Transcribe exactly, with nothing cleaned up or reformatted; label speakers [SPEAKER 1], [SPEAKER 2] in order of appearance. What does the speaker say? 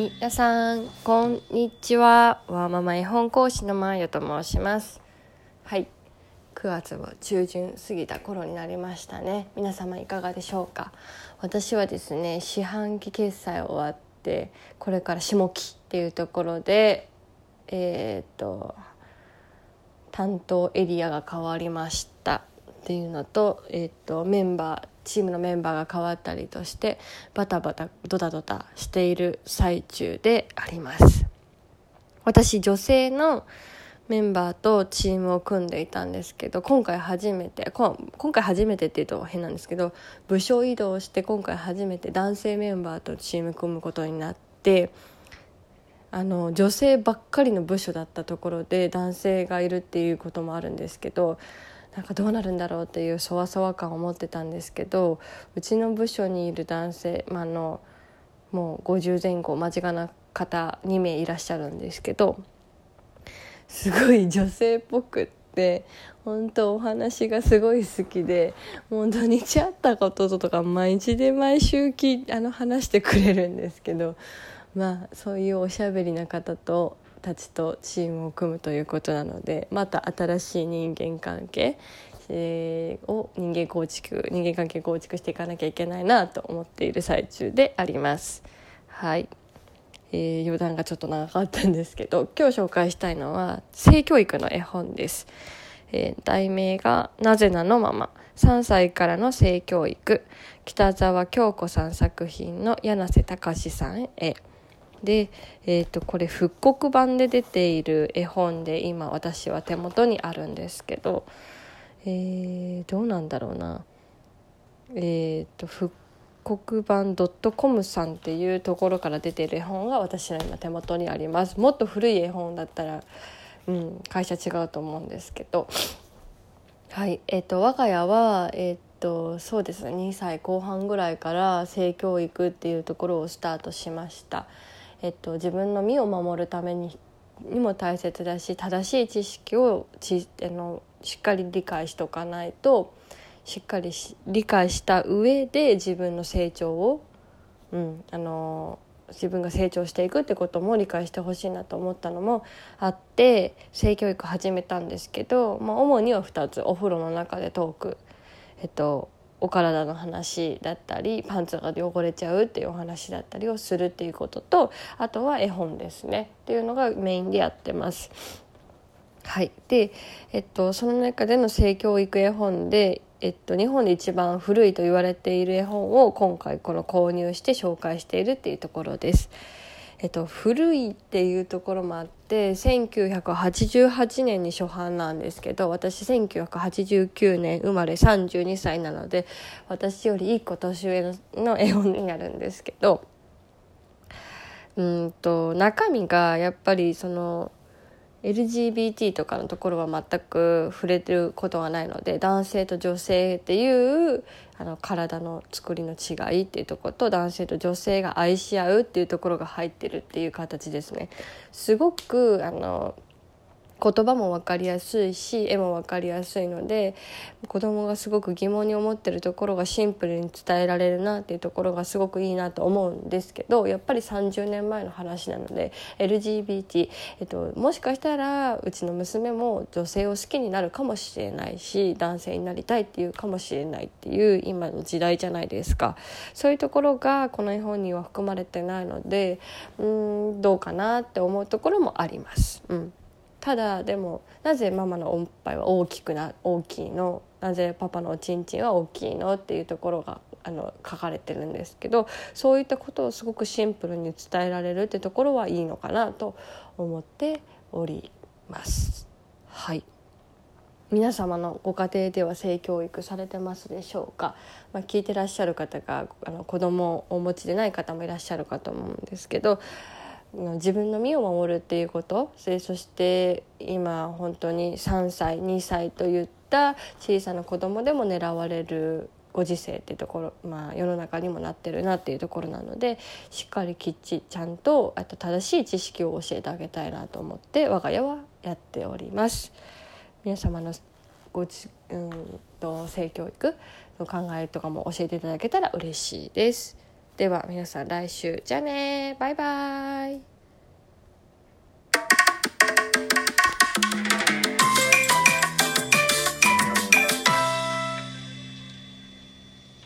[SPEAKER 1] みなさんこんにちは。ワーママ絵本講師のまよと申します。はい、くがつも中旬過ぎた頃になりましたね。皆様いかがでしょうか。私はですね、四半期決済終わってこれから下期っていうところでえー、っと担当エリアが変わりましたっていうのと、えー、っとメンバーチームのメンバーが変わったりとしてバタバタドタドタしている最中であります。私女性のメンバーとチームを組んでいたんですけど、今回初めて今回初めてっていうと変なんですけど、部署移動して今回初めて男性メンバーとチーム組むことになって、あの女性ばっかりの部署だったところで男性がいるっていうこともあるんですけど、なんかどうなるんだろうっていうそわそわ感を持ってたんですけど、うちの部署にいる男性、まあ、あのもうごじゅうぜん後間近な方にめいいらっしゃるんですけど、すごい女性っぽくって本当お話がすごい好きで、もう土日あったこととか毎日で毎週聞あの話してくれるんですけど、まあそういうおしゃべりな方とたちとチームを組むということなので、また新しい人間関係、えー、を人間構築人間関係構築していかなきゃいけないなと思っている最中であります。はい、えー、余談がちょっと長かったんですけど、今日紹介したいのは性教育の絵本です。えー、題名がなぜなのママさんさいからの性教育、北沢京子さん作品の柳瀬隆さん絵で、えー、とこれ復刻版で出ている絵本で今私は手元にあるんですけど、えー、どうなんだろうな、えー、と復刻版 .com さんっていうところから出ている絵本が私の今手元にあります。もっと古い絵本だったら、うん、会社違うと思うんですけど、はい、えー、と我が家は、えーとそうですね、にさいこう半ぐらいから性教育っていうところをスタートしました。えっと、自分の身を守るためににも大切だし、正しい知識をちあのしっかり理解しておかないと、しっかりし理解した上で自分の成長を、うん、あの自分が成長していくってことも理解してほしいなと思ったのもあって性教育始めたんですけど、まあ、主にはふたつ、お風呂の中でトーク、えっとお体の話だったりパンツが汚れちゃうっていうお話だったりをするっていうことと、あとは絵本ですねっていうのがメインでやってます。はい、で、えっと、その中での性教育絵本で、えっと、日本で一番古いと言われている絵本を今回この購入して紹介しているっていうところです。えっと、古いっていうところもあってせんきゅうひゃくはちじゅうはちねんに初版なんですけど、私せんきゅうひゃくはちじゅうきゅうねん生まれさんじゅうにさいなので、私よりいっこ年上の絵本になるんですけど、うんと中身がやっぱりそのエルジービーティー とかのところは全く触れてることはないので、男性と女性っていうあの体の作りの違いっていうところと、男性と女性が愛し合うっていうところが入ってるっていう形ですね。すごくあの言葉も分かりやすいし絵も分かりやすいので、子供がすごく疑問に思ってるところがシンプルに伝えられるなっていうところがすごくいいなと思うんですけど、やっぱりさんじゅうねんまえの話なので エルジービーティー、えっと、もしかしたらうちの娘も女性を好きになるかもしれないし、男性になりたいっていうかもしれないっていう今の時代じゃないですか。そういうところがこの絵本には含まれてないので、うーんどうかなって思うところもあります。うんただでも、なぜママのおっぱいは大きくな大きいの、なぜパパのおちんちんは大きいのっていうところがあの書かれてるんですけど、そういったことをすごくシンプルに伝えられるってところはいいのかなと思っております。はい、皆様のご家庭では性教育されてますでしょうか。まあ、聞いてらっしゃる方があの子供をお持ちでない方もいらっしゃるかと思うんですけど、自分の身を守るっていうこと、そして今本当にさんさいにさいといった小さな子供でも狙われるご時世っていうところ、まあ、世の中にもなってるなっていうところなので、しっかりきっちりちゃんとあと正しい知識を教えてあげたいなと思って我が家はやっております。皆様のごち、うんと性教育の考えとかも教えていただけたら嬉しいです。 では皆さん来週じゃあねバイバイ。